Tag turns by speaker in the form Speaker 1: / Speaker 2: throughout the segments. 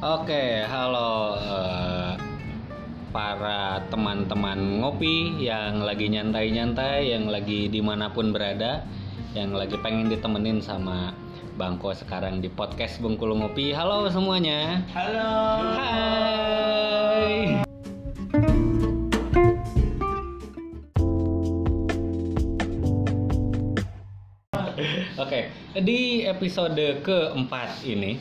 Speaker 1: Oke, halo para teman-teman ngopi yang lagi nyantai-nyantai, yang lagi dimanapun berada, yang lagi pengen ditemenin sama Bangko sekarang di podcast Bengkulu Ngopi. Halo semuanya.
Speaker 2: Halo.
Speaker 1: Hai. Oke, di episode keempat ini.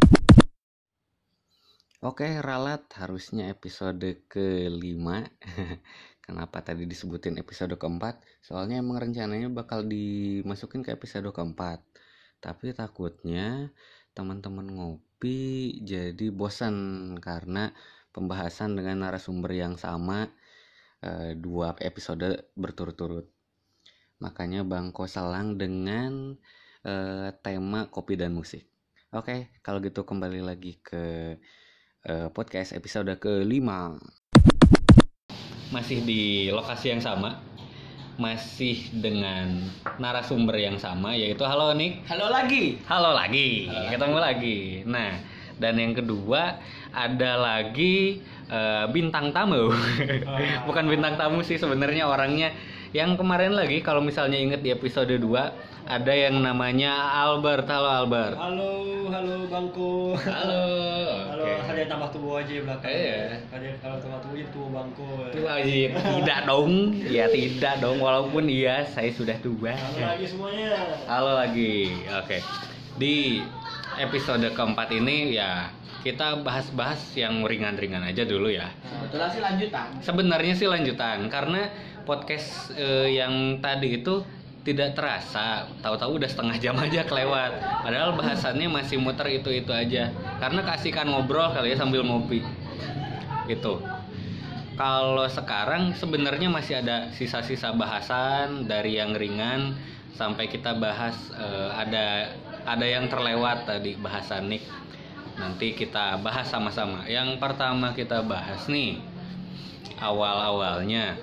Speaker 1: Oke, ralat harusnya episode kelima. Kenapa tadi disebutin episode keempat? Soalnya emang rencananya bakal dimasukin ke episode keempat. Tapi takutnya teman-teman ngopi jadi bosan karena pembahasan dengan narasumber yang sama 2 episode berturut-turut. Makanya Bangko selang dengan tema kopi dan musik. Oke, kalau gitu kembali lagi ke podcast episode kelima. Masih di lokasi yang sama, masih dengan narasumber yang sama, yaitu halo Nick.
Speaker 2: Halo lagi.
Speaker 1: Ketemu lagi. Nah, dan yang kedua ada lagi bintang tamu. Bukan bintang tamu sih sebenarnya, orangnya yang kemarin lagi kalau misalnya inget di episode 2 ada yang namanya Albert. Halo Albert.
Speaker 2: Halo Bangko.
Speaker 1: Halo.
Speaker 2: Halo, ada yang tambah tubuh aja belakang.
Speaker 1: Iya.
Speaker 2: Kalau tambah tubuh itu Bangko.
Speaker 1: Wajib. Tidak dong. Ya tidak dong, walaupun iya saya sudah tua.
Speaker 2: Halo lagi semuanya.
Speaker 1: Halo lagi. Oke. Di episode keempat ini ya kita bahas-bahas yang ringan-ringan aja dulu ya.
Speaker 2: Sebetulnya sih lanjutan.
Speaker 1: Sebenarnya sih lanjutan karena podcast yang tadi itu tidak terasa, tahu-tahu udah setengah jam aja kelewat. Padahal bahasannya masih muter itu-itu aja. Karena keasikan ngobrol kali ya sambil ngopi. Gitu. Kalau sekarang sebenarnya masih ada sisa-sisa bahasan dari yang ringan sampai kita bahas ada yang terlewat tadi bahasan Nick. Nanti kita bahas sama-sama. Yang pertama kita bahas nih awal-awalnya.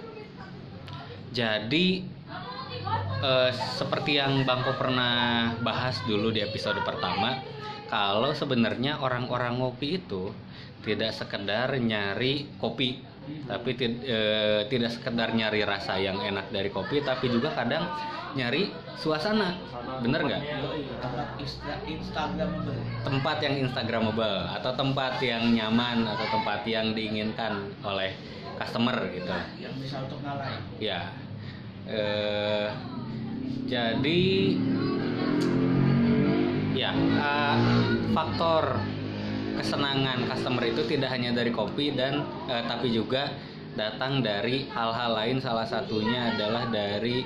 Speaker 1: Jadi seperti yang Bangko pernah bahas dulu di episode pertama, kalau sebenarnya orang-orang ngopi itu tidak sekedar nyari kopi, tapi tidak sekedar nyari rasa yang enak dari kopi, tapi juga kadang nyari suasana. Bener nggak? Tempat yang instagramable atau tempat yang nyaman atau tempat yang diinginkan oleh customer gitu.
Speaker 2: Yang bisa untuk ngalai.
Speaker 1: Ya. Jadi ya faktor kesenangan customer itu tidak hanya dari kopi dan tapi juga datang dari hal-hal lain. Salah satunya adalah dari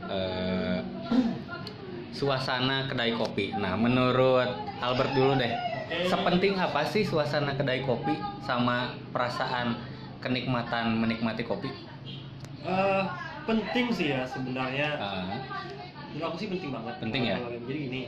Speaker 1: suasana kedai kopi. Nah, menurut Albert dulu deh, sepenting apa sih suasana kedai kopi sama perasaan kenikmatan menikmati kopi?
Speaker 2: Penting sih ya sebenarnya. Menurut aku sih penting banget.
Speaker 1: Penting ya.
Speaker 2: Jadi gini,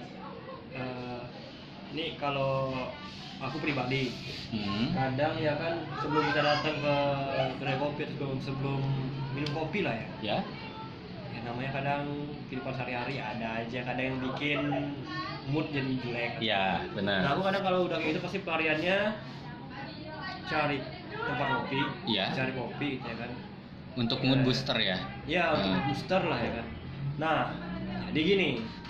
Speaker 2: ini kalau aku pribadi, kadang ya kan sebelum kita datang ke kedai kopi atau sebelum minum kopi lah ya.
Speaker 1: Ya.
Speaker 2: Ya namanya kadang kehidupan sehari-hari ada aja kadang yang bikin mood jadi jelek.
Speaker 1: Ya, benar.
Speaker 2: Nah aku kadang kalau udah kayak gitu pasti pelariannya cari tempat kopi,
Speaker 1: Ya.
Speaker 2: cari kopi gitu ya kan.
Speaker 1: Untuk mood booster ya.
Speaker 2: Ya untuk booster lah ya kan. Nah jadi gini,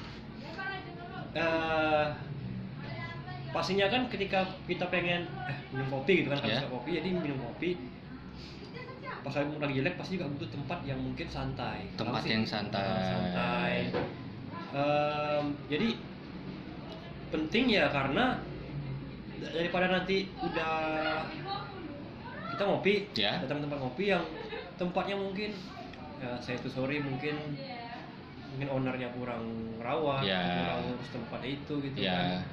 Speaker 2: pastinya kan ketika kita pengen minum kopi gitu kan,
Speaker 1: Ya.
Speaker 2: suka kopi jadi minum kopi. Pas lagi jelek pasti juga butuh tempat yang mungkin santai.
Speaker 1: Tempat yang santai.
Speaker 2: Jadi penting ya karena daripada nanti udah kita ngopi,
Speaker 1: Ya.
Speaker 2: datang tempat ngopi yang tempatnya mungkin saya tuh sorry mungkin ownernya kurang rawat,
Speaker 1: Ya.
Speaker 2: kurang urus tempat itu gitu
Speaker 1: Ya.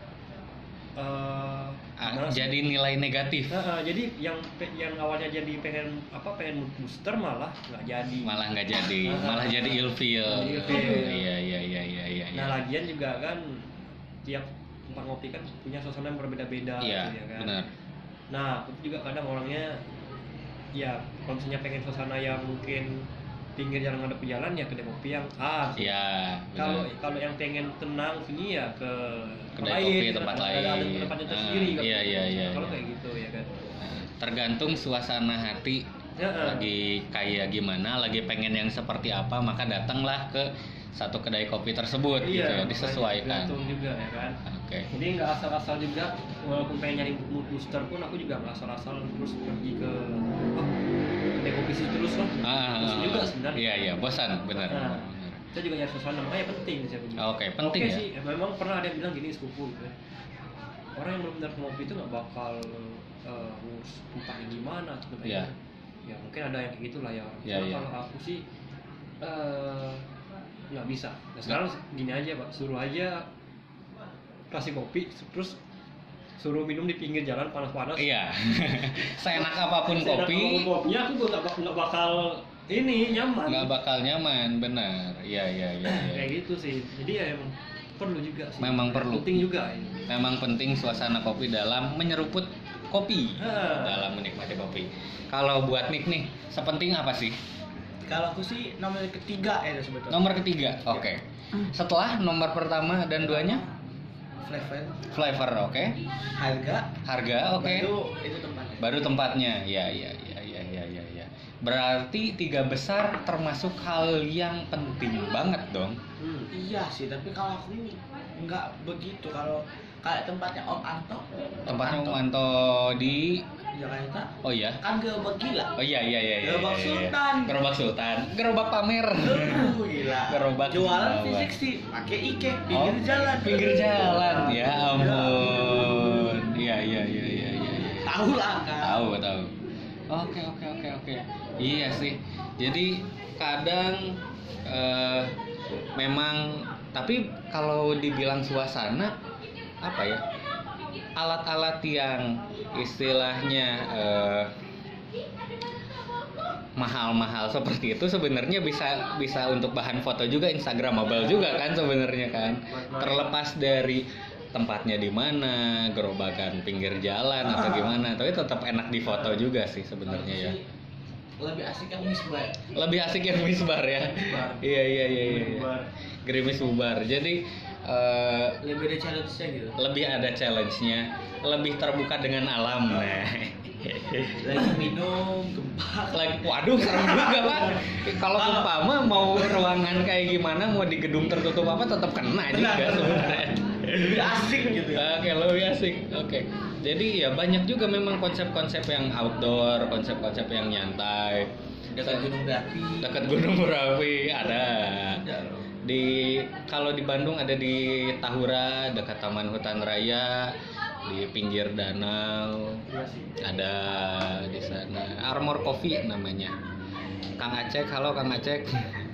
Speaker 2: kan.
Speaker 1: Jadi nilai negatif.
Speaker 2: Jadi yang awalnya jadi pengen mood booster malah nggak jadi.
Speaker 1: Malah jadi ilfeel. Iya.
Speaker 2: Nah lagian juga kan tiap tempat ngopi kan punya suasana yang berbeda-beda.
Speaker 1: Iya,
Speaker 2: gitu ya kan?
Speaker 1: benar.
Speaker 2: Nah aku juga kadang orangnya ya kalau misalnya pengen suasana yang mungkin pinggir jalan ngadep jalan ya kedai kopi yang A.
Speaker 1: Iya.
Speaker 2: Kalau yang pengen tenang sunyi ya ke
Speaker 1: kedai kopi tempat lain.
Speaker 2: Ada tempatnya tersendiri.
Speaker 1: Iya.
Speaker 2: Kalau kayak gitu ya kan.
Speaker 1: Tergantung suasana hati lagi kayak gimana, lagi pengen yang seperti apa, maka datanglah ke satu kedai kopi tersebut gitu ya, disesuaikan.
Speaker 2: Tergantung juga ya kan.
Speaker 1: Oke.
Speaker 2: Jadi nggak asal-asal juga, walaupun pengen nyari mood booster pun aku juga nggak asal-asal terus pergi ke kedai kopi situ terus lah. Bosan juga sebenarnya.
Speaker 1: Iya, bosan, benar.
Speaker 2: Kita juga nyari suasana, makanya penting sih.
Speaker 1: Oke, penting ya.
Speaker 2: Sih, memang pernah ada yang bilang gini sepupu gitu ya. Orang yang benar-benar ngopi itu nggak bakal ngurus tempatnya gimana atau
Speaker 1: Iya.
Speaker 2: Ya mungkin ada yang kayak gitulah ya orang.
Speaker 1: Iya.
Speaker 2: Kalau aku sih nggak bisa. Nah sekarang gini aja Pak, suruh aja kasih kopi terus suruh minum di pinggir jalan panas-panas.
Speaker 1: Iya. Seenak apapun kopi.
Speaker 2: Kopinya aku nggak bakal ini nyaman.
Speaker 1: Nggak bakal nyaman, benar. Iya.
Speaker 2: Kayak gitu sih. Jadi ya emang perlu juga sih.
Speaker 1: Memang perlu.
Speaker 2: Penting juga. Ya.
Speaker 1: Memang penting suasana kopi dalam menyeruput kopi, dalam menikmati kopi. Kalau buat Nick nih, sepenting apa sih?
Speaker 3: Kalau aku sih nomor ketiga ya sebetulnya.
Speaker 1: Nomor ketiga, oke. Setelah nomor pertama dan duanya? Flavor, oke. Harga, oke. Baru tempatnya, ya. Berarti 3 besar termasuk hal yang penting banget dong.
Speaker 3: Iya sih, tapi kalau aku nggak begitu. Kalau kayak tempatnya Om Anto.
Speaker 1: Tempatnya Om Anto di
Speaker 3: Jakarta.
Speaker 1: Oh iya.
Speaker 3: Kan gerobak gila.
Speaker 1: Oh iya.
Speaker 3: Gerobak Sultan.
Speaker 1: Gerobak pamer.
Speaker 3: Gila.
Speaker 1: Gerobak
Speaker 3: jualan fisik sih, pakai Ike pinggir jalan.
Speaker 1: Ya ampun. Iya.
Speaker 3: Tahu lah kan.
Speaker 1: Tahu. Oke. Iya sih. Jadi kadang memang, tapi kalau dibilang suasana apa ya? Alat-alat yang istilahnya mahal-mahal seperti itu sebenarnya bisa untuk bahan foto juga, instagramable juga kan sebenarnya kan. Terlepas dari tempatnya di mana, gerobakan pinggir jalan atau gimana, tapi tetap enak difoto juga sih sebenarnya ya.
Speaker 3: Lebih asik yang
Speaker 1: misbar ya. Iya. Gerimis bubar. Jadi
Speaker 3: lebih ada challenge-nya gitu.
Speaker 1: Lebih ada challenge-nya, lebih terbuka dengan alam. Nah.
Speaker 3: Lagi minum, gempa.
Speaker 1: Waduh, serem juga, Pak. Kalau gempa mah mau ruangan kayak gimana, mau di gedung tertutup apa tetap kena juga sebenarnya.
Speaker 3: Lebih asik gitu.
Speaker 1: Oke, lebih asik. Oke. Jadi ya banyak juga memang konsep-konsep yang outdoor, konsep-konsep yang nyantai.
Speaker 3: Dekat
Speaker 1: Gunung Merapi ada. Kalau di Bandung ada di Tahura dekat Taman Hutan Raya, di pinggir danau ada di sana. Armor Coffee namanya. Kang Acek, halo Kang Acek.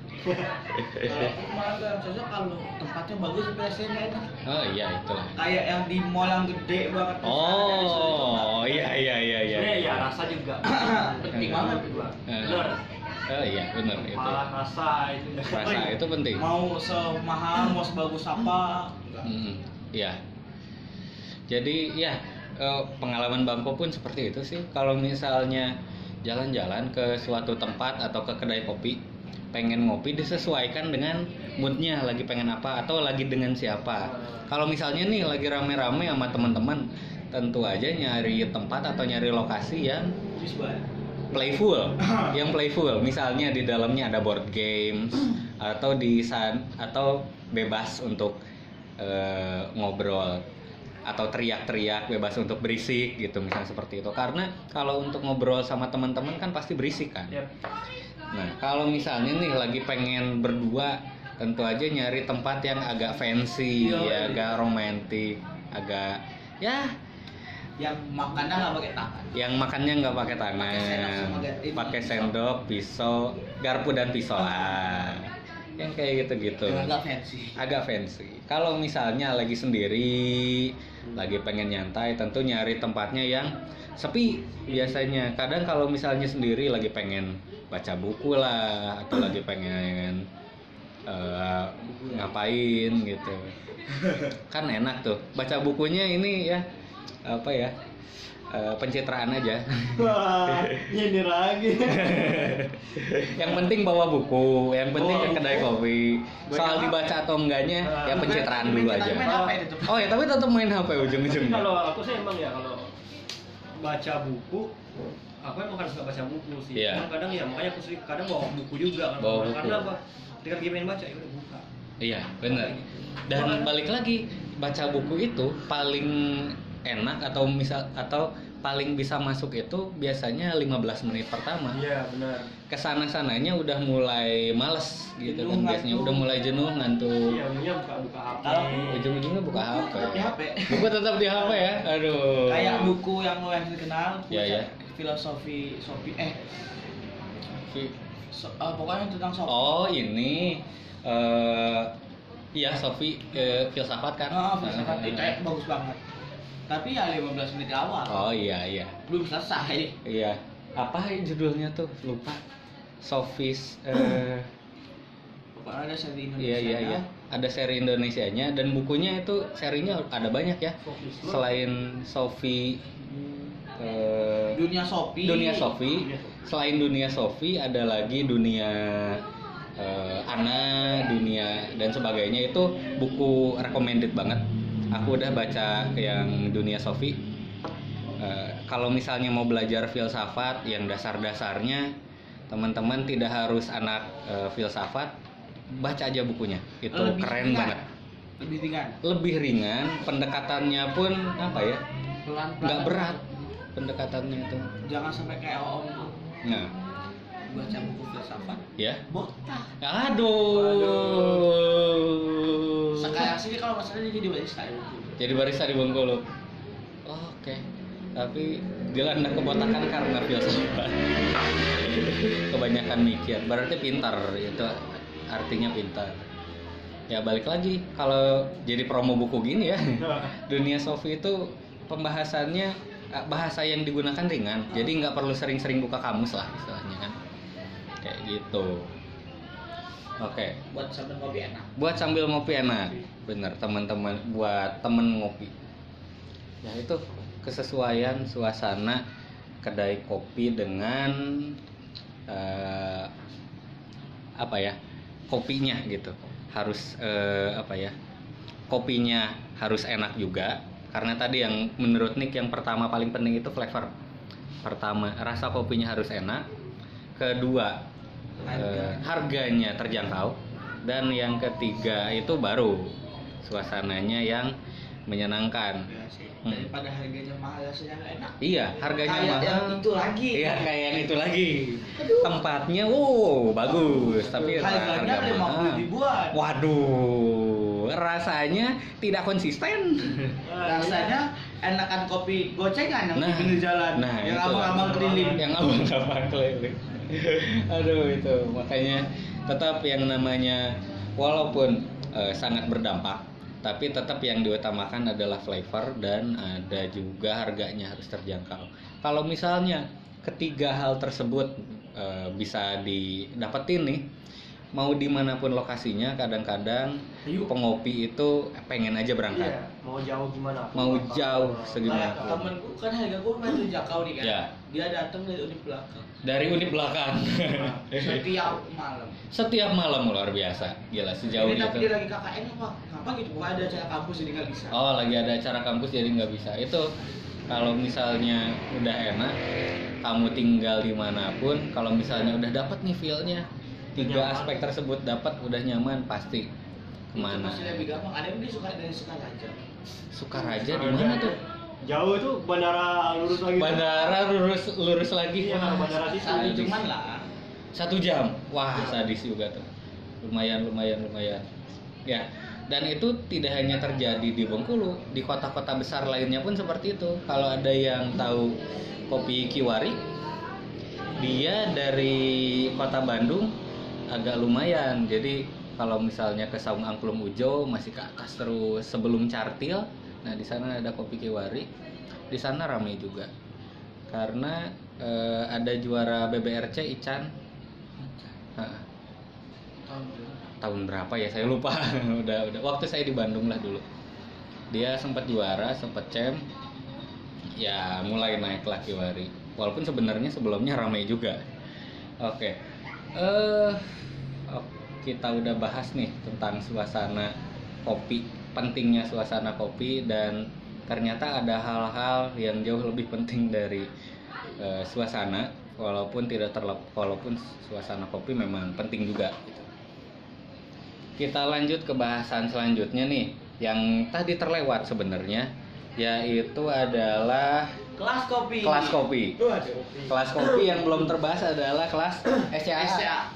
Speaker 3: Malah cocok kalau tempatnya bagus tapi rasanya enak.
Speaker 1: Oh iya itulah.
Speaker 3: Kayak yang di mall yang gede banget.
Speaker 1: Oh iya.
Speaker 2: Ya rasa juga penting banget juga. Benar.
Speaker 1: Oh iya benar itu.
Speaker 2: Malah rasa
Speaker 1: itu penting.
Speaker 3: Mau semahal, mau sebagus apa?
Speaker 1: Iya. Jadi ya pengalaman Bangko pun seperti itu sih. Kalau misalnya jalan-jalan ke suatu tempat atau ke kedai kopi, pengen ngopi disesuaikan dengan moodnya, lagi pengen apa atau lagi dengan siapa. Kalau misalnya nih lagi rame-rame sama teman-teman, tentu aja nyari tempat atau nyari lokasi yang playful. Misalnya di dalamnya ada board games atau bebas untuk ngobrol atau teriak-teriak, bebas untuk berisik gitu, misalnya seperti itu. Karena kalau untuk ngobrol sama teman-teman kan pasti berisik kan. Nah, kalau misalnya nih lagi pengen berdua, tentu aja nyari tempat yang agak fancy, agak romantis, agak ya
Speaker 3: yang makannya nggak pakai tangan.
Speaker 1: Pakai sendok, pisau, garpu dan pisau lah. Yang kayak gitu-gitu. Agak fancy. Kalau misalnya lagi sendiri, lagi pengen nyantai, tentu nyari tempatnya yang sepi biasanya. Kadang kalau misalnya sendiri lagi pengen baca buku lah, atau lagi pengen ngapain gitu, kan enak tuh baca bukunya ini ya pencitraan aja.
Speaker 2: Wah, ini lagi.
Speaker 1: Yang penting bawa buku, yang penting ke kedai kopi.
Speaker 2: Baik
Speaker 1: Soal
Speaker 2: apa?
Speaker 1: dibaca atau enggaknya ya pencitraan dulu aja.
Speaker 3: Main HP itu.
Speaker 1: Oh ya, tapi tetap main HP
Speaker 2: Tapi
Speaker 1: ujung-ujungnya.
Speaker 2: kalau aku sih emang ya kalau baca buku, aku emang harus nggak baca buku sih.
Speaker 1: Iya.
Speaker 2: Cuman kadang ya makanya aku sering kadang bawa buku juga kan.
Speaker 1: Bawa buku.
Speaker 2: Karena apa? Ketika dia main baca ya udah buka.
Speaker 1: Iya, benar. Dan balik lagi, baca buku itu paling enak atau paling bisa masuk itu biasanya 15 menit pertama.
Speaker 2: Iya benar.
Speaker 1: Kesana-sananya udah mulai males gitu
Speaker 3: Jenuh
Speaker 1: kan
Speaker 3: ngantuk.
Speaker 1: biasanya udah mulai jenuh ngantuk.
Speaker 2: Iya ujungnya buka HP.
Speaker 3: Kalau
Speaker 1: Ujung-ujungnya buka HP.
Speaker 3: tetap di HP.
Speaker 1: Buku tetap di HP ya. Aduh.
Speaker 3: Kayak buku yang lo yang terkenal,
Speaker 1: Iya, iya.
Speaker 3: filosofi
Speaker 1: Vi-
Speaker 3: pokoknya tentang sofi.
Speaker 1: Oh, ini iya Sofi filsafat kan.
Speaker 3: Oh, filsafat itu kayak bagus banget. Tapi ya 15 menit awal.
Speaker 1: Oh iya.
Speaker 3: Belum selesai.
Speaker 1: Iya. Apa judulnya tuh? Lupa. Sofis
Speaker 3: Pokoknya ada seri Indonesia.
Speaker 1: iya. Ada seri Indonesianya dan bukunya itu serinya ada banyak ya. Selain Sofi
Speaker 3: Dunia Sofi.
Speaker 1: Selain dunia Sofi ada lagi dunia Ana, dunia dan sebagainya. Itu buku recommended banget. Aku udah baca yang dunia Sofi. Kalau misalnya mau belajar filsafat yang dasar-dasarnya, teman-teman tidak harus anak filsafat, baca aja bukunya. Itu
Speaker 3: Lebih
Speaker 1: keren
Speaker 3: ringan.
Speaker 1: banget. Lebih ringan, pendekatannya pun apa ya?
Speaker 3: Pelan-pelan.
Speaker 1: Nggak berat pendekatannya itu.
Speaker 3: Jangan sampai kayak om tuh
Speaker 1: Nah,
Speaker 3: baca buku filsafat.
Speaker 1: ya.
Speaker 3: Botak.
Speaker 1: Aduh.
Speaker 3: Sekarang sini kalau masalah dia jadi barista ya.
Speaker 1: Jadi barista di Bengkulu. Oke. Tapi dilanda kebotakan karena filsafat. Kebanyakan mikir. Berarti pintar, itu artinya pintar. Ya balik lagi kalau jadi promo buku gini ya. Dunia Sofi itu pembahasannya bahasa yang digunakan ringan. Jadi nggak perlu sering-sering buka kamus lah istilahnya kan. Kayak gitu. Oke.
Speaker 3: Buat sambil kopi enak.
Speaker 1: Buat sambil ngopi enak. Bener teman-teman, buat temen ngopi. Ya itu kesesuaian suasana kedai kopi dengan apa ya, kopinya gitu. Harus apa ya, kopinya harus enak juga. Karena tadi yang menurut Nick yang pertama paling penting itu flavor. Pertama, rasa kopinya harus enak. Kedua, harganya terjangkau. Dan yang ketiga itu baru suasananya yang menyenangkan.
Speaker 3: Ya sih. Daripada harganya mahal rasanya nggak enak.
Speaker 1: Iya, harganya
Speaker 3: Kayak
Speaker 1: mahal.
Speaker 3: yang itu lagi.
Speaker 1: Iya, kayak yang itu lagi. Tempatnya, bagus, tapi
Speaker 3: harganya
Speaker 1: harga
Speaker 3: 50
Speaker 1: mahal.
Speaker 3: ribuan.
Speaker 1: Waduh, rasanya tidak konsisten.
Speaker 3: Rasanya enakan kopi gocengan yang
Speaker 1: Nah,
Speaker 3: di pinggir jalan,
Speaker 1: nah,
Speaker 3: yang
Speaker 1: itu.
Speaker 3: abang-abang keliling.
Speaker 1: Yang abang-abang keliling. Aduh, itu makanya tetap yang namanya walaupun sangat berdampak, tapi tetap yang diutamakan adalah flavor dan ada juga harganya harus terjangkau. Kalau misalnya ketiga hal tersebut bisa didapetin nih, mau dimanapun lokasinya, kadang-kadang pengopi itu pengen aja berangkat.
Speaker 2: Iya, mau jauh gimana?
Speaker 1: Mau jauh segimana
Speaker 3: Kayak
Speaker 1: pun.
Speaker 3: temenku kan harga gue lumayan terjangkau nih kan.
Speaker 1: Ya.
Speaker 3: Dia datang dari unit belakang.
Speaker 1: Dari unit belakang.
Speaker 3: Setiap malam.
Speaker 1: Setiap malam luar biasa. Gila sejauh
Speaker 3: Ini tapi
Speaker 1: itu.
Speaker 3: dia lagi KKN apa gitu. Pokoknya ada acara kampus jadi nggak bisa.
Speaker 1: Oh, lagi ada acara kampus jadi nggak bisa. Itu kalau misalnya udah enak, kamu tinggal dimanapun, kalau misalnya udah dapat nih feel-nya, tiga
Speaker 2: Nyaman.
Speaker 1: aspek tersebut dapat, udah nyaman, pasti
Speaker 3: Itu
Speaker 1: kemana.
Speaker 3: masih lebih gampang. Ada yang dia suka dari Sukaraja.
Speaker 1: Sukaraja di mana tuh?
Speaker 2: Jauh itu bandara lurus lagi.
Speaker 1: Bandara lurus lagi.
Speaker 2: Iya, bandara situ.
Speaker 1: Sadis.
Speaker 3: Cuman lah.
Speaker 1: 1 jam. Wah, sadis juga tuh. Lumayan. Ya. Dan itu tidak hanya terjadi di Bengkulu, di kota-kota besar lainnya pun seperti itu. Kalau ada yang tahu kopi Kiwari, dia dari kota Bandung agak lumayan. Jadi kalau misalnya ke Saung Angklung Ujo masih ke atas terus sebelum Cartil. Nah, di sana ada kopi Kiwari. Di sana ramai juga. Karena ada juara BBRC Ican. Heeh. Tahun berapa ya saya lupa. udah waktu saya di Bandung lah dulu, dia sempat juara, sempat champ. ya mulai naik lah Kiwari. Walaupun sebenarnya sebelumnya ramai juga. Oke. Kita udah bahas nih tentang suasana kopi, pentingnya suasana kopi, dan ternyata ada hal-hal yang jauh lebih penting dari suasana, walaupun suasana kopi memang penting juga gitu. Kita lanjut ke bahasan selanjutnya nih, yang tadi terlewat sebenarnya, yaitu adalah
Speaker 3: Kelas kopi.
Speaker 1: Kelas kopi yang belum terbahas adalah kelas SCA.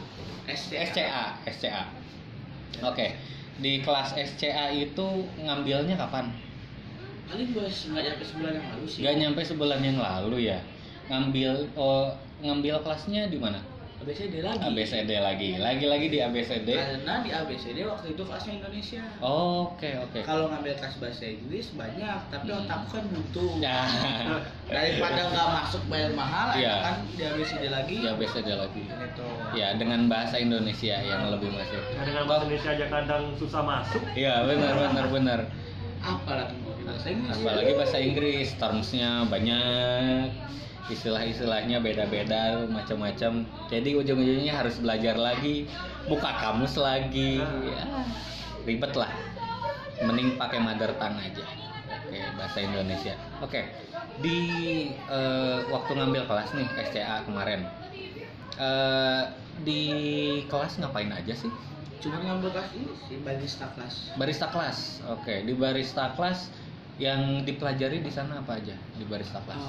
Speaker 1: Oke. Di kelas SCA itu ngambilnya kapan?
Speaker 3: Paling nggak nyampe sebulan yang lalu sih.
Speaker 1: Nggak nyampe sebulan yang lalu ya. Ngambil kelasnya di mana?
Speaker 3: ABCD lagi.
Speaker 1: Lagi di ABCD.
Speaker 3: Karena di ABCD waktu itu kelasnya Indonesia.
Speaker 1: Oke.
Speaker 3: Kalau ngambil kelas bahasa Inggris banyak, tapi otakku kan butuh.
Speaker 1: Ya.
Speaker 3: Daripada nggak masuk bayar mahal,
Speaker 1: Ya.
Speaker 3: kan di ABCD lagi.
Speaker 1: Di ABCD lagi.
Speaker 3: Gitu.
Speaker 1: Ya, dengan bahasa Indonesia yang lebih masuk.
Speaker 2: Nah, dengan bahasa Indonesia aja kadang susah masuk.
Speaker 1: Iya, benar.
Speaker 3: Apalagi bahasa Inggris.
Speaker 1: Apalagi bahasa Inggris, termsnya banyak, istilah-istilahnya beda-beda, macam-macam. Jadi ujung-ujungnya harus belajar lagi, buka kamus lagi, ya, ribet lah. Mending pakai mother tongue aja. Oke, bahasa Indonesia. Oke, di waktu ngambil kelas nih SCA kemarin, di kelas ngapain aja sih?
Speaker 3: Cuma ngambil kelas ini sih,
Speaker 1: Barista kelas. Oke, di barista kelas yang dipelajari di sana apa aja di barista kelas?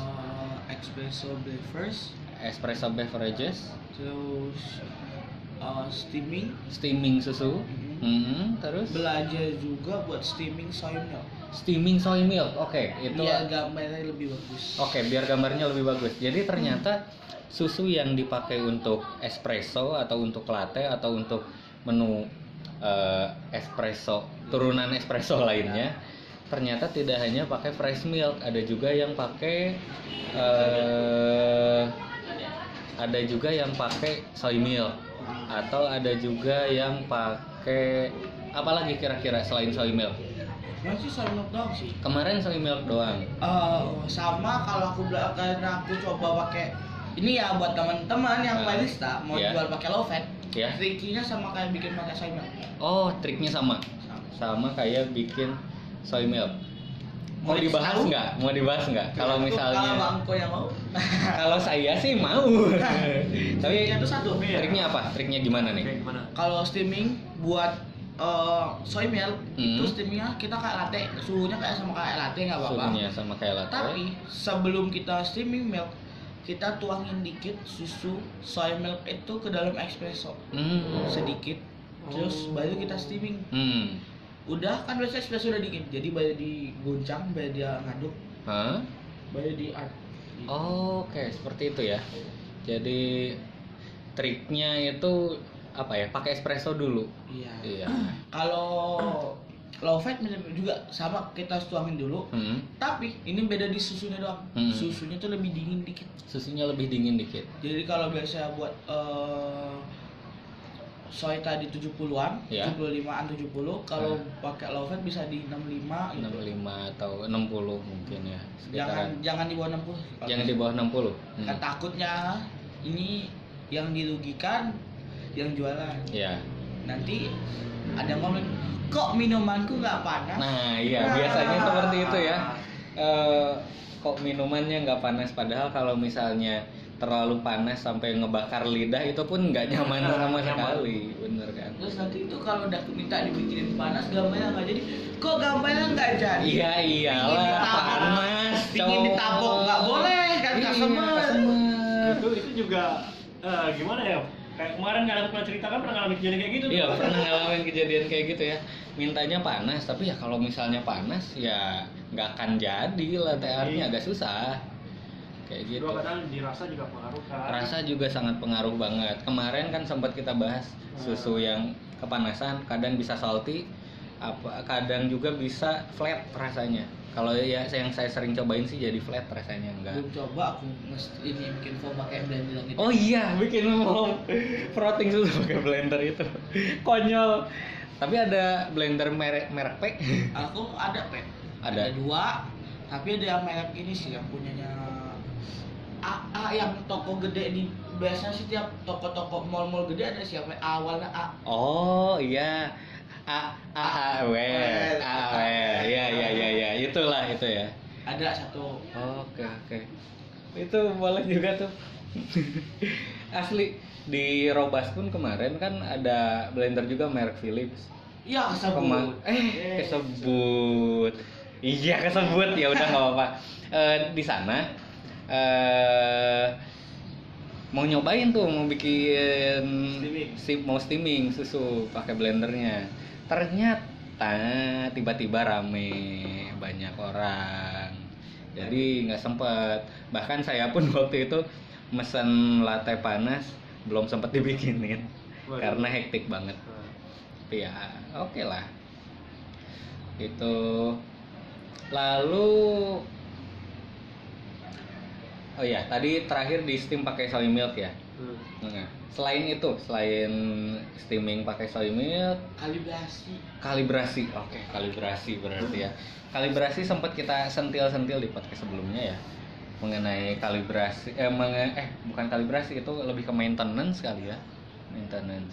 Speaker 1: Espresso beverages,
Speaker 3: terus
Speaker 1: steaming susu, terus
Speaker 3: belajar juga buat steaming soy milk.
Speaker 1: Oke, itu
Speaker 3: biar gambarnya lebih bagus.
Speaker 1: Oke, biar gambarnya lebih bagus. Jadi ternyata susu yang dipakai untuk espresso atau untuk latte atau untuk menu espresso, turunan espresso lainnya, ternyata tidak hanya pakai fresh milk, ada juga yang pakai soy milk, atau ada juga yang pakai apa lagi kira-kira selain soy milk?
Speaker 3: Masih soy milk doang sih.
Speaker 1: Kemarin soy milk doang.
Speaker 3: Sama kalau karena aku coba pakai ini ya buat teman-teman yang barista mau
Speaker 1: Yeah.
Speaker 3: jual pakai low fat.
Speaker 1: Yeah.
Speaker 3: Triknya sama kayak bikin pakai soy milk.
Speaker 1: Oh, triknya sama kayak bikin soy milk. Mau dibahas nggak? Kalau misalnya
Speaker 3: Kalau Bangko yang mau.
Speaker 1: kalau saya sih mau. Tapi
Speaker 3: Triknya itu satu.
Speaker 1: triknya apa? Triknya gimana nih?
Speaker 2: Oke, gimana?
Speaker 3: Kalau steaming buat soy milk itu steamingnya kita kayak latte, suhunya kayak latte nggak apa-apa.
Speaker 1: Suhunya sama kayak latte.
Speaker 3: Tapi sebelum kita steaming milk, kita tuangin dikit susu soy milk itu ke dalam espresso sedikit, terus baru kita steaming. Udah kan biasanya espresso udah dingin, jadi baru diguncang, baru dia ngaduk, baru di art.
Speaker 1: Oke, seperti itu ya. Jadi triknya itu apa ya? Pakai espresso dulu. Iya.
Speaker 3: Kalau low fat juga sama, kita tuangin dulu. Tapi ini beda di susunya doang. Susunya tuh lebih dingin dikit. Jadi kalau biasa buat soy tadi 70-an,
Speaker 1: Ya.
Speaker 3: 75-an 70, kalau pakai low fat bisa di 65 gitu.
Speaker 1: 65 atau 60 mungkin ya.
Speaker 3: Jangan di bawah 60.
Speaker 1: Jangan di bawah 60.
Speaker 3: Kan takutnya ini yang dirugikan yang jualan.
Speaker 1: Ya.
Speaker 3: Nanti ada yang ngomong, kok minumanku nggak panas?
Speaker 1: Nah, iya biasanya seperti itu ya. Kok minumannya nggak panas, padahal kalau misalnya terlalu panas sampai ngebakar lidah itu pun nggak nyaman sama sekali, bener kan?
Speaker 3: Terus nanti itu kalau udah minta dibikinin panas, gambarnya nggak jadi. Kok gambarnya nggak jadi?
Speaker 1: Iya iyalah, panas.
Speaker 3: Pingin ditabok nggak boleh kan, customer.
Speaker 2: Itu juga gimana ya? Kayak kemarin nggak ada pernah ceritakan pernah ngalamin kejadian kayak gitu.
Speaker 1: Iya, pernah ngalamin kejadian kayak gitu ya. Mintanya panas, tapi ya kalau misalnya panas ya nggak akan jadi, latte artnya agak susah. Kayak gitu.
Speaker 2: Dua kadang dirasa juga pengaruh kan.
Speaker 1: Rasa juga sangat pengaruh banget. Kemarin kan sempat kita bahas susu yang kepanasan, kadang bisa salty, kadang juga bisa flat rasanya. Kalau ya yang saya sering cobain sih jadi flat rasanya, enggak.
Speaker 3: Belum coba aku ini bikin foam pakai blender gitu.
Speaker 1: Oh iya, bikin foam frotting susu pakai blender itu. Konyol. Tapi ada blender merek P.
Speaker 3: Aku ada pet.
Speaker 1: Ada.
Speaker 3: Ada 2. Tapi ada yang merek ini sih yang punyanya AA yang toko gede di biasanya sih tiap toko-toko mall-mall gede ada siapa awalnya A.
Speaker 1: Oh iya, AAW, ya, itulah itu ya.
Speaker 3: Ada satu.
Speaker 1: Oke, itu boleh juga tuh. Asli di Robas pun kemarin kan ada blender juga merek Philips.
Speaker 3: Iya kesebut.
Speaker 1: Kesebut. Iya kesebut, ya udah nggak apa-apa. Di sana mau nyobain tuh, mau bikin mau steaming susu pakai blendernya. Ternyata tiba-tiba rame, banyak orang. Jadi nggak sempet. Bahkan saya pun waktu itu mesen latte panas belum sempat dibikinin karena hektik banget. Tapi ya oke lah. Itu lalu oh ya, tadi terakhir di steam pakai soy milk ya. Nah, selain steaming pakai soy milk, kalibrasi. Oke, kalibrasi berarti ya. Kalibrasi sempat kita sentil-sentil di podcast sebelumnya ya. Mengenai kalibrasi bukan kalibrasi, itu lebih ke maintenance kali ya. Maintenance.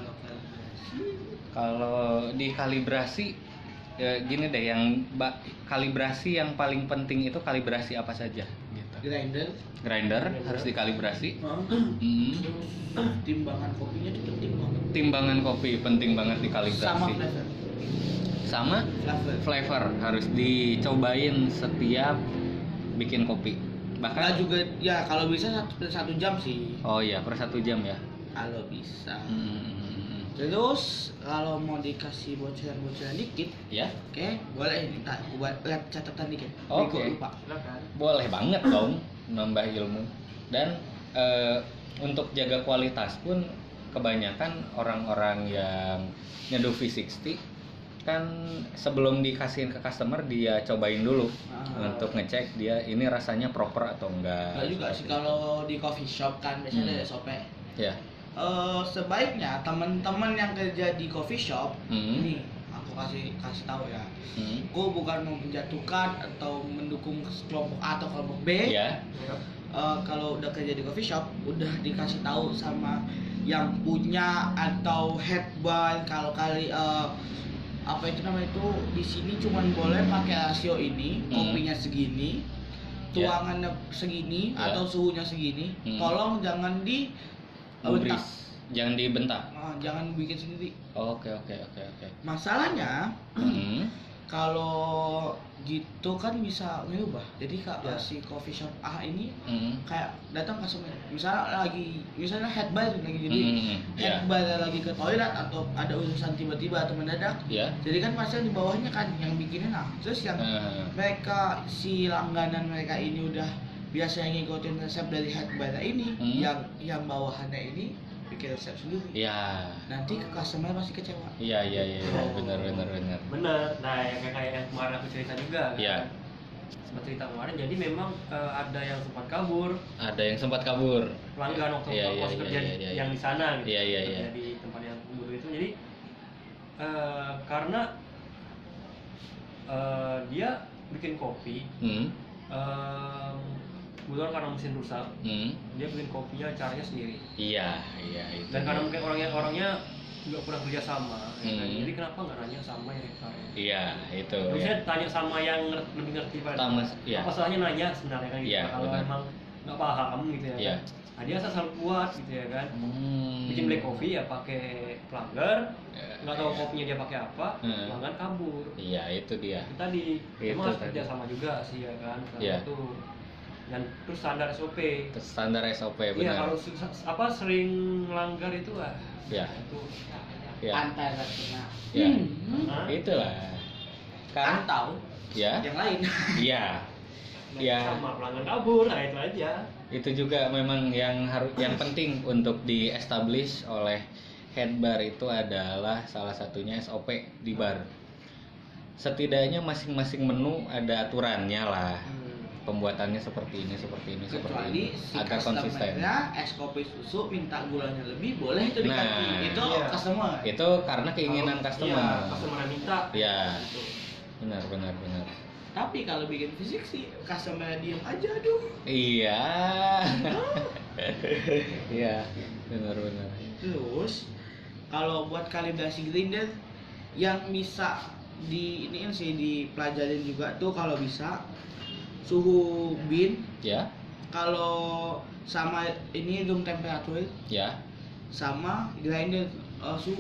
Speaker 1: Kalau di kalibrasi ya gini deh, kalibrasi yang paling penting itu kalibrasi apa saja gitu. Grinder harus dikalibrasi.
Speaker 3: Timbangan kopinya itu penting banget.
Speaker 1: Timbangan kopi penting banget dikalibrasi. Sama flavor harus dicobain setiap bikin kopi. Bahkan
Speaker 3: nah juga ya kalau bisa satu jam sih.
Speaker 1: Oh iya, per 1 jam ya.
Speaker 3: Kalau bisa. Terus kalau mau dikasih bocoran dikit,
Speaker 1: ya.
Speaker 3: Oke, boleh minta buat lihat catatan dikit.
Speaker 1: Oke. Boleh banget dong, nambah ilmu. Dan untuk jaga kualitas pun kebanyakan orang-orang yang nyeduh V60 kan sebelum dikasihin ke customer dia cobain dulu untuk ngecek dia ini rasanya proper atau enggak.
Speaker 3: Enggak juga sih kalau di coffee shop kan biasanya ada SOP.
Speaker 1: Ya.
Speaker 3: Sebaiknya teman-teman yang kerja di coffee shop ini aku kasih tahu ya. Aku bukan mau menjatuhkan atau mendukung kelompok A atau kelompok B.
Speaker 1: Ya.
Speaker 3: Kalau udah kerja di coffee shop udah dikasih tahu sama yang punya atau head bar kalau kali apa itu namanya itu di sini cuman boleh pakai rasio ini, kopinya segini, tuangannya segini atau suhunya segini. Tolong jangan bentak.
Speaker 1: Jangan dibentak.
Speaker 3: Jangan bikin sendiri.
Speaker 1: Oke.
Speaker 3: Masalahnya kalau gitu kan bisa ngubah. Jadi si coffee shop A ini kayak datang customer. Misalnya head bar lagi jadi head bar lagi ke toilet atau ada urusan tiba-tiba atau mendadak. Jadi kan pasti di bawahnya kan yang bikinnya terus yang mereka si langganan mereka ini udah biasa ngikutin resep dari head bar ini, yang bawahannya ini bikin resep sendiri.
Speaker 1: Iya.
Speaker 3: Nanti ke customer pasti kecewa.
Speaker 1: Iya. Benar.
Speaker 2: Benar. Nah, kayak yang kemarin aku cerita juga.
Speaker 1: Iya.
Speaker 2: Sempat cerita kemarin. Jadi memang ada yang sempat kabur. Pelanggan waktu aku kerja yang di sana gitu.
Speaker 1: Iya.
Speaker 2: Di tempat yang dulu itu. Jadi karena dia bikin kopi. Kebetulan karena mesin rusak, dia bikin kopinya caranya sendiri. Iya itu. Dan karena mungkin orangnya juga kurang kerja sama, kan? Jadi kenapa nggak nanya sama yang saya? Iya itu. Terusnya tanya sama yang lebih ngerti pada. Apa salahnya nanya sebenarnya kan? Gitu. Kalau emang nggak paham gitu ya. Kan? Nah dia asal buat gitu ya kan. Bikin black coffee ya pakai pelanggar, nggak tahu kopinya dia pakai apa, pelanggan kabur. Iya itu dia. Tadi emang harus kerja sama juga sih ya kan. Itu. Dan terus standar SOP benar. Iya kalau sering langgar itu itu
Speaker 3: antara kena
Speaker 1: itulah kan
Speaker 3: atau yang lain
Speaker 2: sama pelanggan kabur, nah itu aja.
Speaker 1: Itu juga memang yang penting untuk di establish oleh head bar itu adalah salah satunya SOP di bar. Setidaknya masing-masing menu ada aturannya lah. Pembuatannya seperti ini
Speaker 3: kecuali si
Speaker 1: agar konsisten.
Speaker 3: Es kopi susu minta gulanya lebih boleh itu dikasih. Itu customer.
Speaker 1: Itu karena keinginan customer.
Speaker 2: Customer minta.
Speaker 1: Iya. Benar.
Speaker 3: Tapi kalau bikin fisik sih customer diem aja aduh.
Speaker 1: Iya. Iya, benar.
Speaker 3: Terus kalau buat kalibrasi grinder yang bisa iniin sih dipelajarin juga tuh kalau bisa suhu bin.
Speaker 1: Ya.
Speaker 3: Kalau sama ini room temperature.
Speaker 1: Ya.
Speaker 3: Sama grinder suhu.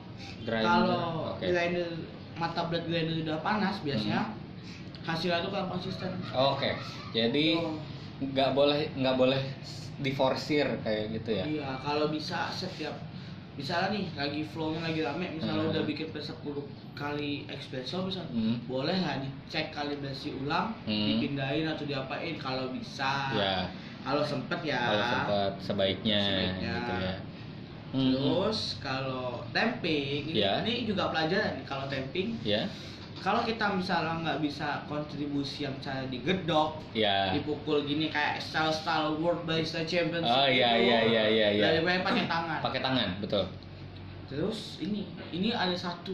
Speaker 3: Kalau grinder mata blade grinder udah panas biasanya hasilnya tuh kurang konsisten.
Speaker 1: Oke. Jadi nggak boleh diforsir kayak gitu ya.
Speaker 3: Iya, kalau bisa setiap misalnya nih lagi flow-nya lagi rame, misalnya udah bikin 10 kali espresso misalnya, boleh nggak dicek kalibrasi ulang, dipindahin atau diapain kalau bisa.
Speaker 1: Ya.
Speaker 3: Kalau sempet ya.
Speaker 1: Kalau sempet sebaiknya. Gitu ya.
Speaker 3: Terus kalau tamping ini juga pelajaran nih kalau tamping.
Speaker 1: Ya.
Speaker 3: Kalau kita misalnya nggak bisa kontribusi yang cara digedok, dipukul gini kayak style World Barista Champions.
Speaker 1: Oh iya.
Speaker 3: Lebih baik pakai tangan.
Speaker 1: Pakai tangan, betul.
Speaker 3: Terus ini ada satu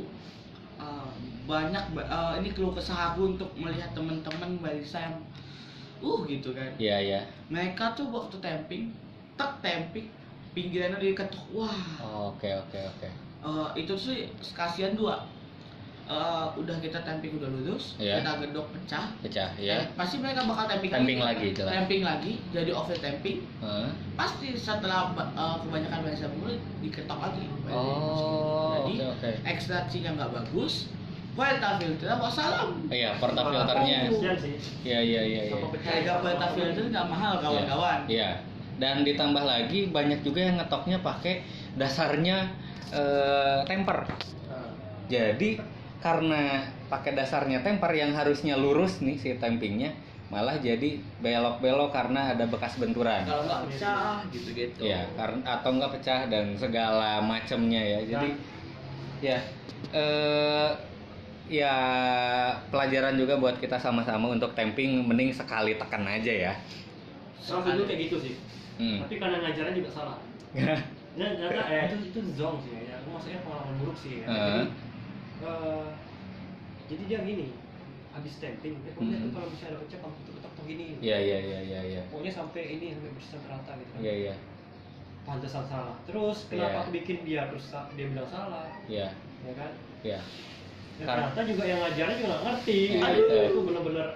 Speaker 3: banyak ini keluh kesah aku untuk melihat teman-teman barista yang gitu kan.
Speaker 1: Iya.
Speaker 3: Mereka tuh waktu tamping, pinggirannya diketuk. Wah.
Speaker 1: Oke.
Speaker 3: Itu sih kasihan dua. Udah kita tamping udah lurus, kita gedok pecah,
Speaker 1: ya.
Speaker 3: Pasti mereka bakal tamping lagi, jadi overtamping. Pasti setelah kebanyakan bahasa mulut diketok lagi. Jadi ekstraksinya nggak bagus, portafilter wassalam.
Speaker 1: Iya, portafilternya. Iya.
Speaker 3: Harga portafilter nggak mahal kawan-kawan.
Speaker 1: Iya. Dan ditambah lagi banyak juga yang ngetoknya pakai dasarnya temper. Jadi karena pakai dasarnya temper yang harusnya lurus nih si tampingnya malah jadi belok-belok karena ada bekas benturan.
Speaker 3: Kalau nggak pecah gitu.
Speaker 1: Ya, atau nggak pecah dan segala macamnya ya. Jadi ya pelajaran juga buat kita sama-sama untuk tamping mending sekali tekan aja ya.
Speaker 2: Kalau dulu kayak gitu sih. Tapi karena ngajarnya juga salah. Itu zong sih ya. Maksudnya pengalaman buruk sih ya. Jadi dia gini, habis tamping, pokoknya tuh kalau misalnya ada pecah kamu tutup gini.
Speaker 1: Iya.
Speaker 2: Pokoknya sampai bersih rata gitu kan.
Speaker 1: Iya.
Speaker 2: Pantesan salah. Terus kenapa aku bikin dia terus dia bilang salah?
Speaker 1: Iya.
Speaker 2: Ya kan?
Speaker 1: Iya.
Speaker 2: Ternyata juga yang ngajarnya juga nggak ngerti. Itu bener-bener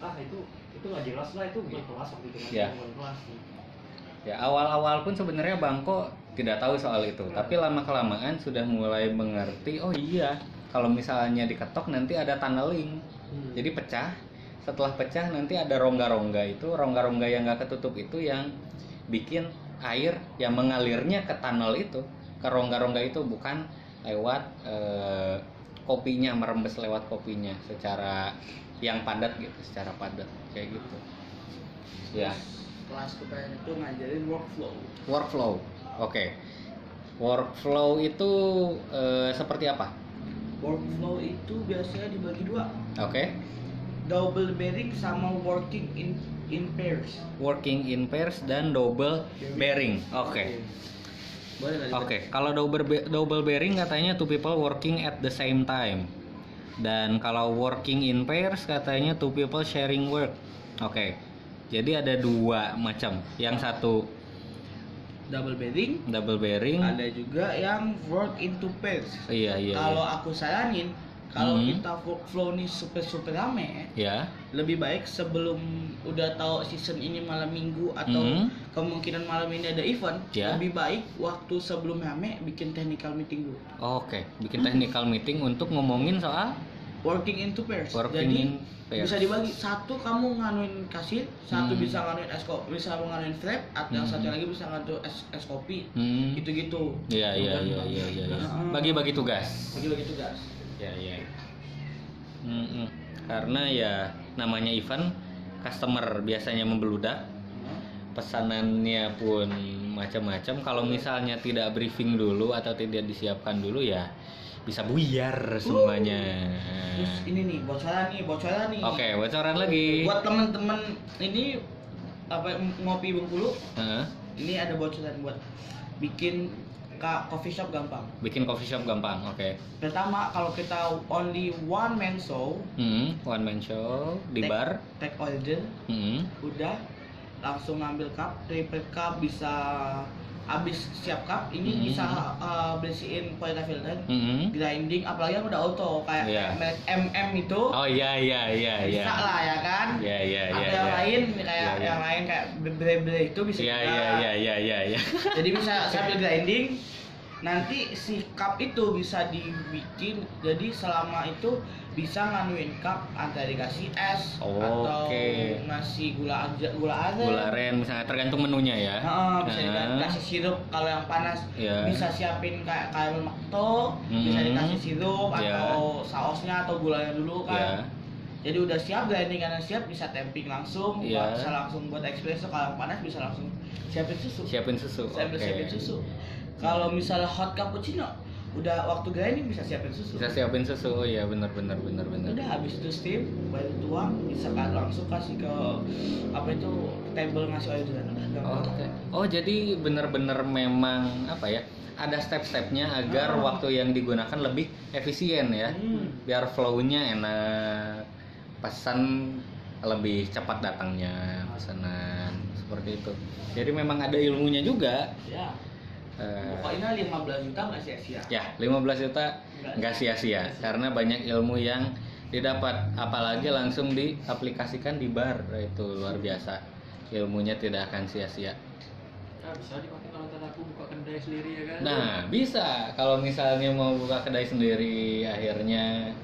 Speaker 2: itu nggak jelas lah, itu bukan kelas waktu itu bukan kelas.
Speaker 1: Ya awal-awal pun sebenarnya Bangko tidak tahu soal itu, tapi lama-kelamaan sudah mulai mengerti. Oh iya. Kalau misalnya diketok nanti ada tunneling, jadi pecah. Setelah pecah nanti ada rongga-rongga itu, rongga-rongga yang nggak ketutup itu yang bikin air yang mengalirnya ke tunnel itu, ke rongga-rongga itu, bukan lewat kopinya, merembes lewat kopinya secara yang padat gitu, secara padat kayak gitu. Ya.
Speaker 3: Kelas kebanyakan itu ngajarin
Speaker 1: workflow. Oke. Workflow itu seperti apa?
Speaker 3: Workflow itu biasanya dibagi dua.
Speaker 1: Oke.
Speaker 3: Double bearing sama working in pairs.
Speaker 1: Working in pairs dan double bearing. Oke. Oke. Kalau double bearing katanya two people working at the same time. Dan kalau working in pairs katanya two people sharing work. Oke. Jadi ada dua macam. Yang satu
Speaker 3: double bearing. Ada juga yang work into pairs.
Speaker 1: Iya.
Speaker 3: Kalau aku saranin, kalau kita workflow nih super rame, lebih baik sebelum udah tahu season ini malam minggu atau kemungkinan malam ini ada event, lebih baik waktu sebelum rame bikin technical meeting dulu.
Speaker 1: Oke, bikin technical meeting untuk ngomongin soal
Speaker 3: working into pairs. Jadi bisa dibagi, satu kamu nganuin kasir, satu bisa nganuin bisa nganuin flap, atau yang satu lagi bisa nganuin es kopi, gitu-gitu.
Speaker 1: Iya. Bagi-bagi tugas. Iya. Karena ya namanya event, customer biasanya membeludak, pesanannya pun macam-macam. Kalau misalnya tidak briefing dulu atau tidak disiapkan dulu ya bisa buyar semuanya.
Speaker 3: Terus ini nih bocoran nih.
Speaker 1: Oke, bocoran lagi.
Speaker 3: Buat teman-teman ini ngopi Bengkulu, ini ada bocoran buat bikin coffee shop gampang.
Speaker 1: Bikin coffee shop gampang, oke.
Speaker 3: Pertama, kalau kita only one man show,
Speaker 1: one man show di bar,
Speaker 3: take order, udah langsung ngambil cup, triple cup, bisa habis siap cup ini bisa bersihin kualitas filter, grinding, apalagi yang udah auto kayak MM itu.
Speaker 1: Oh iya.
Speaker 3: Bisa lah ya kan.
Speaker 1: Iya.
Speaker 3: Yang lain kayak yang lain kayak bre itu bisa.
Speaker 1: Iya.
Speaker 3: Jadi bisa sambil grinding. Nanti si cup itu bisa dibikin jadi selama itu bisa nganuin cup antara dikasih es atau ngasih gula aren
Speaker 1: misalnya tergantung menunya ya.
Speaker 3: Bisa dikasih sirup kalau yang panas bisa siapin kayak caramel macchiato, bisa dikasih sirup atau sausnya atau gulanya dulu kan. Jadi udah siap, grinding karena siap bisa temping langsung, bisa langsung buat espresso. Kalau yang panas bisa langsung siapin susu. Siapin susu. Kalau misalnya hot cappuccino, udah waktu grinding bisa siapin susu.
Speaker 1: Oh iya benar.
Speaker 3: Udah habis itu steam, baru tuang, bisa kan langsung kasih ke table ngasih oil dan
Speaker 1: Oh jadi benar-benar memang ada step-stepnya agar waktu yang digunakan lebih efisien ya, biar flow-nya enak, pesan lebih cepat datangnya pesanan seperti itu. Jadi memang ada ilmunya juga.
Speaker 3: Ya. Pokoknya 15 juta nggak sia-sia.
Speaker 1: Ya, 15 juta nggak sia-sia karena banyak ilmu yang didapat, apalagi langsung diaplikasikan di bar, itu luar biasa. Ilmunya tidak akan sia-sia.
Speaker 2: Nah, bisa dipakai kalau aku buka kedai sendiri ya kan?
Speaker 1: Nah, bisa kalau misalnya mau buka kedai sendiri akhirnya.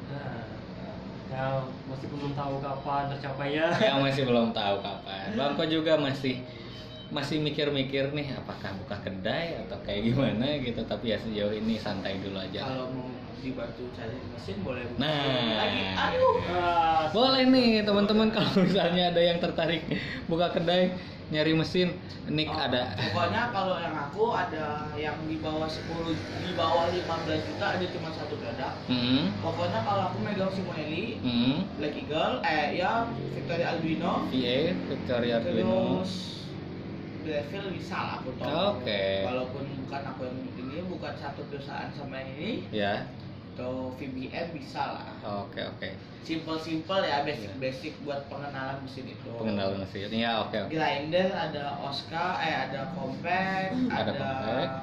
Speaker 2: Ya, masih belum tahu kapan tercapainya.
Speaker 1: Yang masih belum tahu kapan. Bangko juga masih mikir-mikir nih apakah buka kedai atau kayak gimana gitu, tapi ya sejauh ini santai dulu aja.
Speaker 3: Kalau mau dibantu cari mesin boleh buka
Speaker 1: lagi. Boleh nih teman-teman kalau misalnya ada yang tertarik buka kedai nyari mesin, Nick ada.
Speaker 3: Pokoknya kalau yang aku ada yang di bawah 10, di bawah 15 juta ada cuma satu produk. Pokoknya kalau aku megang Simonelli, Black Eagle, Victoria Arduino,
Speaker 1: Victoria Arduino.
Speaker 3: Terus Breville bisa lah aku tahu. Walaupun bukan aku yang ini, bukan satu perusahaan sama yang ini.
Speaker 1: Ya.
Speaker 3: Atau VBM bisa lah.
Speaker 1: Oke.
Speaker 3: Simple ya, basic buat pengenalan mesin itu.
Speaker 1: Pengenalan mesin. Ya, oke.
Speaker 3: Grinder ada Oscar, ada Compact, ada
Speaker 1: Compact.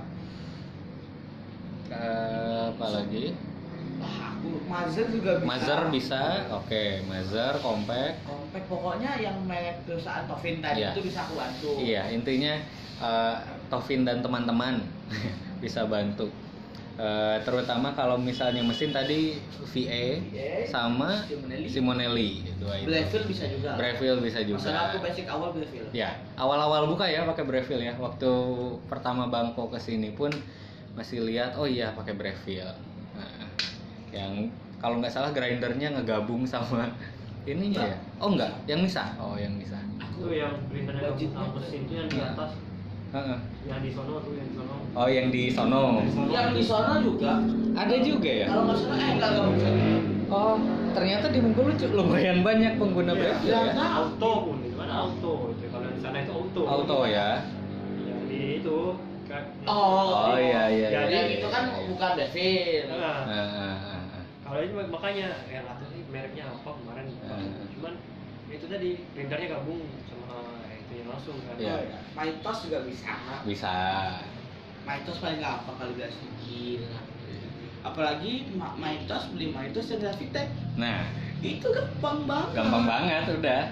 Speaker 1: Apa lagi?
Speaker 3: Mazer juga bisa.
Speaker 1: Mazer bisa. Oke, Mazer, Compact.
Speaker 3: Pokoknya yang merek perusahaan Tovin tadi itu bisa aku bantu.
Speaker 1: Iya, intinya Tovin dan teman-teman bisa bantu. Terutama kalau misalnya mesin tadi VA sama Simonelli itu.
Speaker 3: Breville
Speaker 1: bisa juga.
Speaker 3: Masalah aku basic awal Breville.
Speaker 1: Ya, awal-awal buka ya pakai Breville ya. Waktu pertama Bangko kesini pun masih lihat pakai Breville. Yang kalau nggak salah grindernya ngegabung sama ininya ya. Oh enggak, yang Misa.
Speaker 2: Aku yang grindernya sama mesin itu yang di atas. Yang di sono.
Speaker 1: Oh, yang di sono.
Speaker 3: Yang di sono juga.
Speaker 1: Ada juga ya?
Speaker 3: Kalau nggak salah enggak gabung.
Speaker 1: Oh, ternyata di Bengkulu lumayan banyak pengguna Breville ya.
Speaker 2: Auto pun, di mana auto? Kalau di sana itu auto.
Speaker 1: Auto ya.
Speaker 2: Yang di itu kan.
Speaker 1: Oh iya.
Speaker 3: Jadi itu kan bukan Breville.
Speaker 2: Kalau ini makanya atau mereknya apa kemarin cuman itu tadi grindernya gabung sama itu langsung kan. Mitos juga bisa. Mitos paling gampang kali guys, gila. Apalagi Mitos beli Mitos yang Gravitech.
Speaker 1: Nah,
Speaker 2: itu gampang banget.
Speaker 1: Gampang banget udah.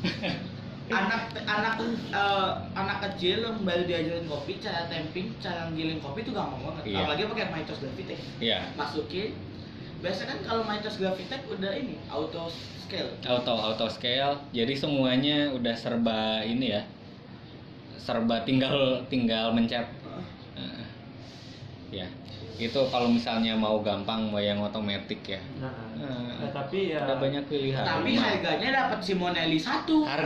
Speaker 3: anak kecil yang baru diajarin kopi, cara temping, cara giling kopi itu gampang banget. Apalagi pakai Mitos Gravitech. Masukin. Biasanya kan kalau Mitos Gravitech udah ini auto scale.
Speaker 1: Jadi semuanya udah serba ini ya. Serba tinggal mencet. Ya. Itu kalau misalnya mau gampang mau yang otomatis ya.
Speaker 2: Tapi ya
Speaker 1: ada banyak pilihan.
Speaker 3: Tapi harganya dapat Simonelli 1.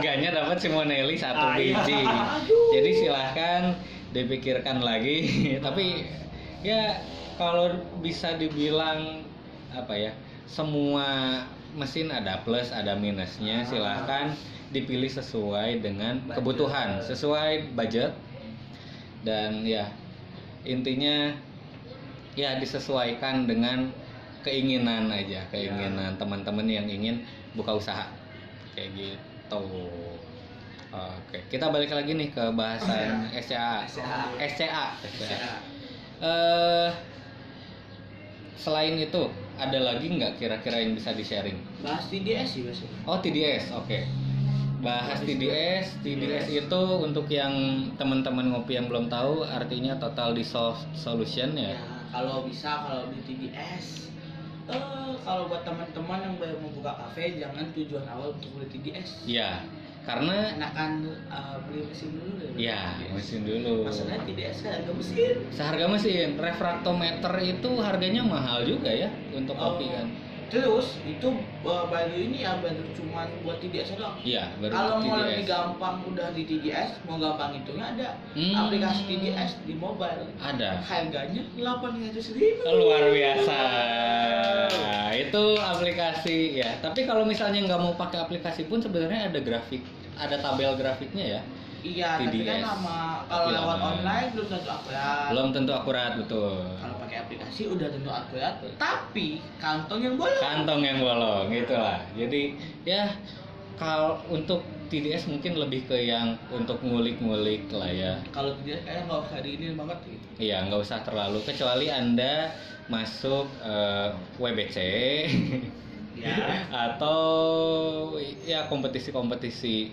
Speaker 1: Biji. Jadi silahkan dipikirkan lagi. Tapi ya kalau bisa dibilang semua mesin ada plus ada minusnya, silahkan dipilih sesuai dengan kebutuhan, sesuai budget, dan ya intinya ya disesuaikan dengan keinginan aja, keinginan teman-teman yang ingin buka usaha kayak gitu. Oke, kita balik lagi nih ke bahasan SCA. Selain itu ada lagi nggak kira-kira yang bisa di-sharing?
Speaker 3: Bahas TDS sih biasanya.
Speaker 1: Oh, TDS, oke. Bahas TDS itu untuk yang teman-teman ngopi yang belum tahu artinya Total Dissolved Solution ya.
Speaker 3: Kalau di TDS, kalau buat teman-teman yang baru mau buka kafe jangan tujuan awal untuk beli TDS.
Speaker 1: Iya. Karena
Speaker 3: enakan beli mesin dulu deh.
Speaker 1: Iya, mesin dulu.
Speaker 3: Masalahnya TDS harga mesin.
Speaker 1: Seharga mesin, refraktometer itu harganya mahal juga ya untuk kopi kan.
Speaker 3: Terus itu baru ini ya baru cuman buat TDS doang.
Speaker 1: Iya, baru
Speaker 3: kalau
Speaker 1: TDS.
Speaker 3: mau lebih gampang udah di TDS, mau gampang hitungnya ada aplikasi TDS di mobile.
Speaker 1: Ada.
Speaker 3: Harganya 800.000.
Speaker 1: Luar biasa. Itu aplikasi ya. Tapi kalau misalnya nggak mau pakai aplikasi pun sebenarnya ada grafik, ada tabel grafiknya ya.
Speaker 3: Iya,
Speaker 1: TDS.
Speaker 3: tapi kan kalau lewat online belum tentu akurat.
Speaker 1: Belum tentu akurat, betul.
Speaker 3: Kalau pakai aplikasi udah tentu akurat, tapi kantong yang bolong.
Speaker 1: Kantong yang bolong, gitulah. Jadi ya kalau untuk TDS mungkin lebih ke yang untuk ngulik-ngulik lah ya.
Speaker 3: Kalau TDS kayaknya nggak usah diinin banget gitu.
Speaker 1: Iya, nggak usah terlalu, kecuali Anda masuk WBC
Speaker 3: ya.
Speaker 1: Atau ya kompetisi-kompetisi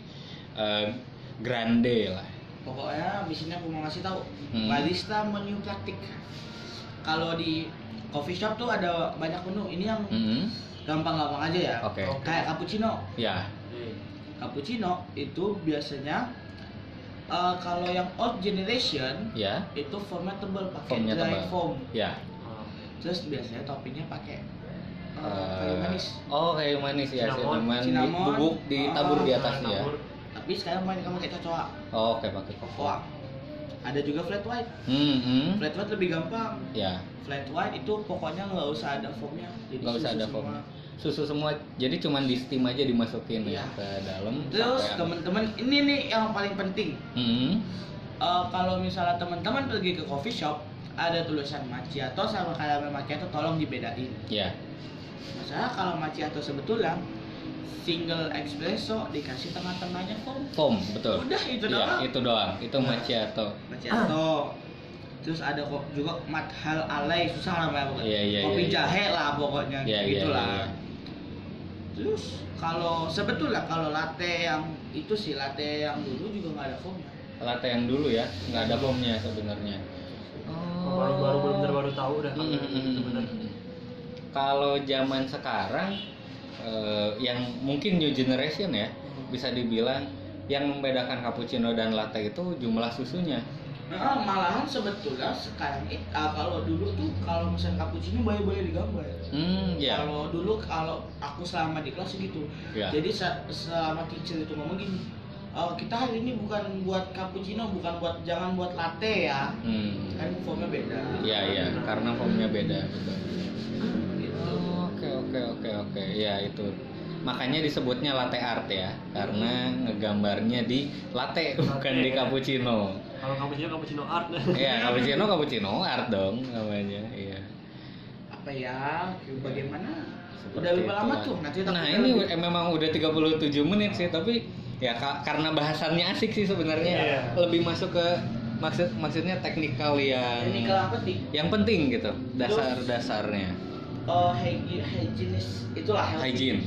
Speaker 1: grande lah.
Speaker 3: Pokoknya di sini aku mau ngasih tahu barista menu praktik. Kalau di coffee shop tuh ada banyak menu. Ini yang gampang-gampang aja ya.
Speaker 1: Oke.
Speaker 3: Kayak cappuccino.
Speaker 1: Ya.
Speaker 3: Cappuccino itu biasanya kalau yang old generation
Speaker 1: ya
Speaker 3: itu fermentable pakai dry foam.
Speaker 1: Ya.
Speaker 3: Terus biasanya toppingnya pakai kayu manis.
Speaker 1: Oh, kayu manis ya, cinnamon bubuk ditabur di atasnya.
Speaker 3: Tapi sekarang kamu pakai cocoa.
Speaker 1: Oh, kayak pakai cocoa.
Speaker 3: Ada juga flat white. Flat white lebih gampang.
Speaker 1: Ya.
Speaker 3: Flat white itu pokoknya nggak usah ada foamnya.
Speaker 1: Nggak usah ada foam. Susu semua. Jadi cuma di steam aja dimasukin ya ke dalam.
Speaker 3: Terus teman-teman ini nih yang paling penting. Kalau misalnya teman-teman pergi ke coffee shop ada tulisan macchiato sama caramel macchiato, tolong dibedain.
Speaker 1: Ya.
Speaker 3: Masalah kalau macchiato sebetulnya single espresso dikasih tengah-tengahnya foam.
Speaker 1: Betul.
Speaker 3: Udah itu doang.
Speaker 1: Iya, itu doang. Itu macchiato.
Speaker 3: Terus ada kok juga mathal alay, susah namanya pokoknya.
Speaker 1: Iya,
Speaker 3: kopi jahe lah pokoknya gitulah. Terus kalau sebetulnya kalau latte yang itu sih latte yang dulu juga nggak ada foamnya.
Speaker 1: Latte yang dulu ya, nggak ada foamnya sebenarnya.
Speaker 2: Baru benar-benar baru tahu dah kalau itu benar.
Speaker 1: Kalau zaman sekarang yang mungkin new generation ya, bisa dibilang yang membedakan cappuccino dan latte itu jumlah susunya.
Speaker 3: Nah, malahan sebetulnya sekarang kalau dulu tuh kalau misalnya cappuccino boleh digambar.
Speaker 1: Ya.
Speaker 3: Kalau dulu kalau aku selama di kelas gitu.
Speaker 1: Ya.
Speaker 3: Jadi selama teacher itu ngomong gini, kita hari ini bukan buat cappuccino, jangan buat latte ya. Kan foamnya beda.
Speaker 1: Iya, karena foamnya beda, betul.
Speaker 3: Gitu.
Speaker 1: Oke. Ya itu. Makanya disebutnya latte art ya, karena ngegambarnya di latte bukan di cappuccino.
Speaker 2: Kalau cappuccino art.
Speaker 1: Iya, cappuccino art dong namanya. Iya.
Speaker 3: Apa ya? Bagaimana?
Speaker 1: Seperti
Speaker 3: udah berapa lama tuh?
Speaker 1: Nah, ini memang udah 37 menit sih, tapi ya karena bahasannya asik sih sebenarnya. Lebih masuk ke maksudnya teknikal yang
Speaker 3: apa sih?
Speaker 1: Yang penting gitu, dasar-dasarnya.
Speaker 3: Hygienis itulah
Speaker 1: hygiene.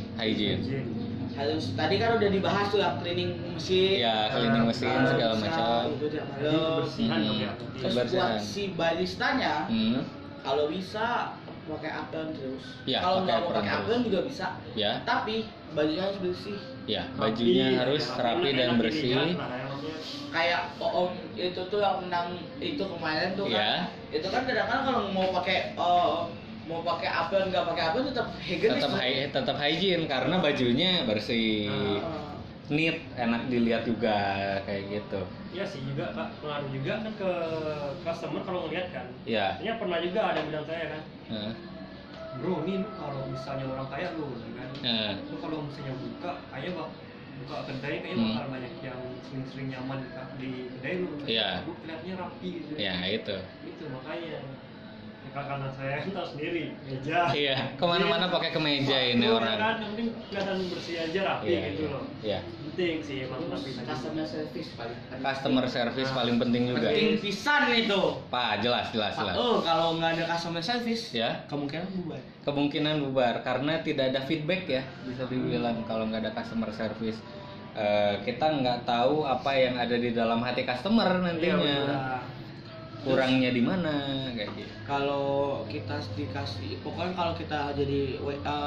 Speaker 3: Harus tadi kan udah dibahas tuh yang cleaning mesin.
Speaker 1: Ya, cleaning mesin segala macam.
Speaker 3: Itu tiap malam. Terus buat si baristanya kalau bisa pakai apron terus.
Speaker 1: Ya,
Speaker 3: kalau nggak mau pakai apron juga bisa.
Speaker 1: Ya.
Speaker 3: Tapi bajunya harus bersih.
Speaker 1: Ya, bajunya harus rapi dan bersih.
Speaker 3: Kayak Om itu tuh yang menang itu kemarin tuh kan. Itu kan kadang-kadang kalau mau pakai apron nggak pakai apron tetap hygiene.
Speaker 1: Tetap hygiene karena bajunya bersih. Neat, enak dilihat juga kayak gitu.
Speaker 2: Iya sih juga Kak, pengaruh juga kan ke customer kalau ngeliat kan.
Speaker 1: Iya.
Speaker 2: Ini pernah juga ada yang bilang saya kan. Bro, ini lu kalau misalnya orang kaya lu kan. Lu kalau misalnya buka kayak buka kedai kayaknya bakal banyak yang sering-sering nyaman di kedai lu.
Speaker 1: Iya.
Speaker 2: Gue kelihatannya rapi gitu.
Speaker 1: Iya, itu.
Speaker 2: Itu makanya. Ya, karena saya tahu sendiri meja.
Speaker 1: Iya, kemana-mana pakai kemeja ini orang.
Speaker 2: Kan yang penting kelihatan bersih aja rapi gitu loh.
Speaker 1: Iya.
Speaker 2: Penting sih emang rapi.
Speaker 3: Customer service paling penting.
Speaker 1: Customer service paling penting juga.
Speaker 3: Penting pisan itu.
Speaker 1: Pak, jelas.
Speaker 3: Oh, kalau nggak ada customer service,
Speaker 1: ya kemungkinan bubar karena tidak ada feedback ya, bisa dibilang kalau nggak ada customer service. Kita nggak tahu apa yang ada di dalam hati customer nantinya. Kurangnya di mana kayak gitu.
Speaker 3: Kalau kita dikasih, pokoknya kalau kita jadi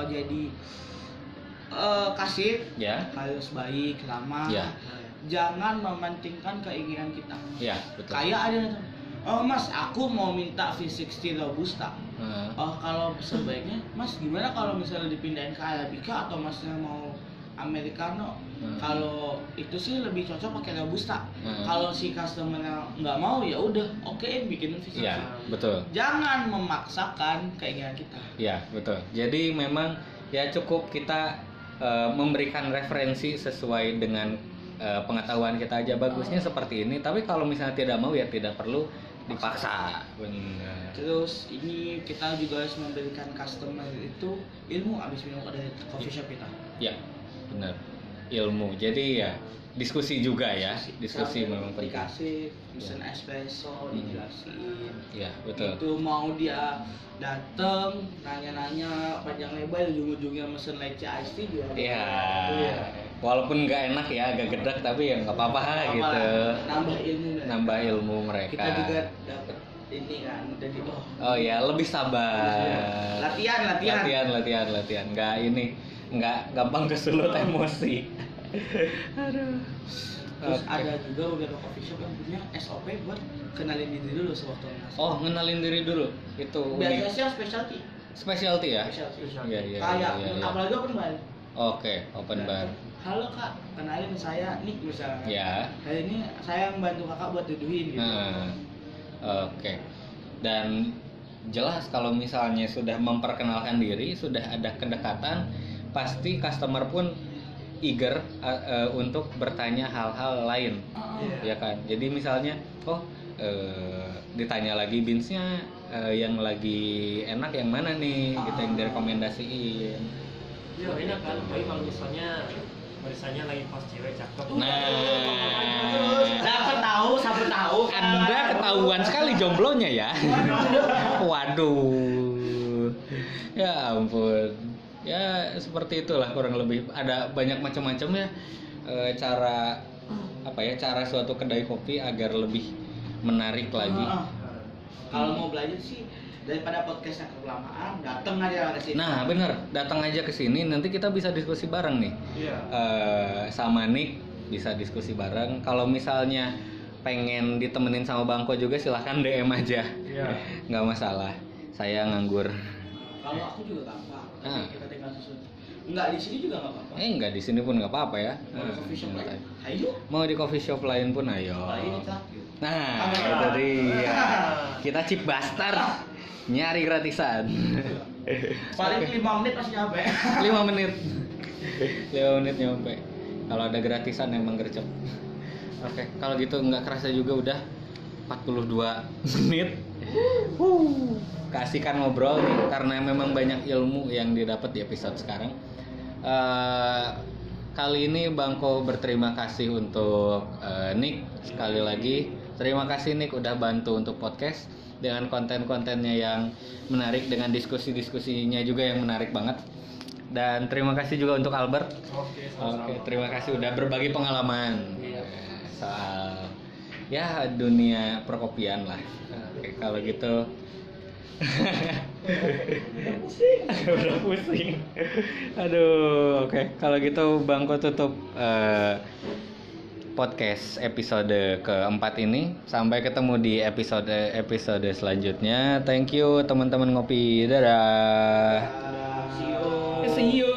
Speaker 3: kasir,
Speaker 1: ya,
Speaker 3: harus baik, ramah.
Speaker 1: Ya.
Speaker 3: Jangan mementingkan keinginan kita.
Speaker 1: Ya, betul.
Speaker 3: Kayak ada nih, oh mas, aku mau minta V60 Robusta. Oh, kalau sebaiknya, mas gimana kalau misalnya dipindahin ke Arabica atau masnya mau Americano? Kalau itu sih lebih cocok pakai Robusta. Kalau si customer nggak mau, ya udah, oke, bikinin V60.
Speaker 1: Iya, betul.
Speaker 3: Jangan memaksakan keinginan kita.
Speaker 1: Iya, betul. Jadi memang ya cukup kita memberikan referensi sesuai dengan pengetahuan kita aja, bagusnya seperti ini. Tapi kalau misalnya tidak mau ya tidak perlu dipaksa. Benar.
Speaker 3: Terus ini kita juga harus memberikan customer itu ilmu abis minum dari coffee shop kita.
Speaker 1: Ya, benar. Ilmu. Jadi ya diskusi juga ya. Diskusi memang penting.
Speaker 3: Dikasih pesen espresso, dijelasin.
Speaker 1: Iya, betul.
Speaker 3: Itu mau dia dateng nanya-nanya panjang lebar, ujung-ujungnya mesen leci iced tea juga.
Speaker 1: Iya. Walaupun nggak enak ya, agak gedak tapi ya nggak apa-apa gitu. Nambah ilmu mereka.
Speaker 3: Kita juga dapat ini kan, jadi
Speaker 1: oh ya, lebih sabar. Latihan. Nggak gampang kesulut emosi. Aduh.
Speaker 3: Terus ada juga beberapa coffee shop yang punya SOP buat kenalin diri dulu sewaktu ngasih.
Speaker 1: Oh, ngenalin diri dulu. Itu
Speaker 3: biasanya sih specialty.
Speaker 1: Specialty ya?
Speaker 3: Iya. Kayak apalagi open bar.
Speaker 1: Oke, open bar.
Speaker 3: Halo kak, kenalin saya Nick misalnya.
Speaker 1: Ya.
Speaker 3: Kali ini saya membantu kakak buat duduhin gitu.
Speaker 1: Oke. Dan jelas kalau misalnya sudah memperkenalkan diri, sudah ada kedekatan, pasti customer pun eager untuk bertanya hal-hal lain, ya kan. Jadi misalnya, ditanya lagi beansnya yang lagi enak yang mana nih, kita yang direkomendasiin.
Speaker 2: Ya enak kan, tapi kalau misalnya barisannya lagi pas cewek cakep.
Speaker 3: Siapa tahu.
Speaker 1: Anda ketahuan sekali jomblonya ya. Waduh. Ya ampun. Ya seperti itulah kurang lebih. Ada banyak macam-macam ya cara suatu kedai kopi agar lebih menarik lagi.
Speaker 3: Kalau mau belajar sih daripada podcastnya kelamaan, datang aja ke sini.
Speaker 1: Nah bener, datang aja ke sini, nanti kita bisa diskusi bareng nih. Sama Nick bisa diskusi bareng. Kalau misalnya pengen ditemenin sama Bangko juga silahkan DM aja. Nggak masalah, saya nganggur.
Speaker 3: Kalau aku juga gampang. Kita tinggal susun. Enggak di sini juga nggak apa-apa.
Speaker 1: Nggak di sini pun nggak apa-apa ya.
Speaker 3: Mau di coffee shop lain, ayo.
Speaker 1: Mau di coffee shop lain pun ayo. Nah, itu dia. Kita cheap bastard. Nyari gratisan.
Speaker 3: Paling 5 menit pasti nyampe.
Speaker 1: 5 menit. 5 menit nyampe. Kalau ada gratisan emang gercep. Oke, kalau gitu nggak kerasa juga udah 42 menit. Kasihkan ngobrol nih karena memang banyak ilmu yang didapat di episode sekarang. Kali ini Bangko berterima kasih untuk Nick sekali lagi. Terima kasih Nick udah bantu untuk podcast dengan konten-kontennya yang menarik, dengan diskusi-diskusinya juga yang menarik banget. Dan terima kasih juga untuk Albert. Oke, terima kasih udah berbagi pengalaman soal ya dunia perkopian lah. Oke, kalau gitu udah pusing. Aduh, oke. Kalau gitu Bangko tutup podcast episode keempat ini. Sampai ketemu di episode selanjutnya. Thank you teman-teman ngopi. Dadah.
Speaker 3: See you.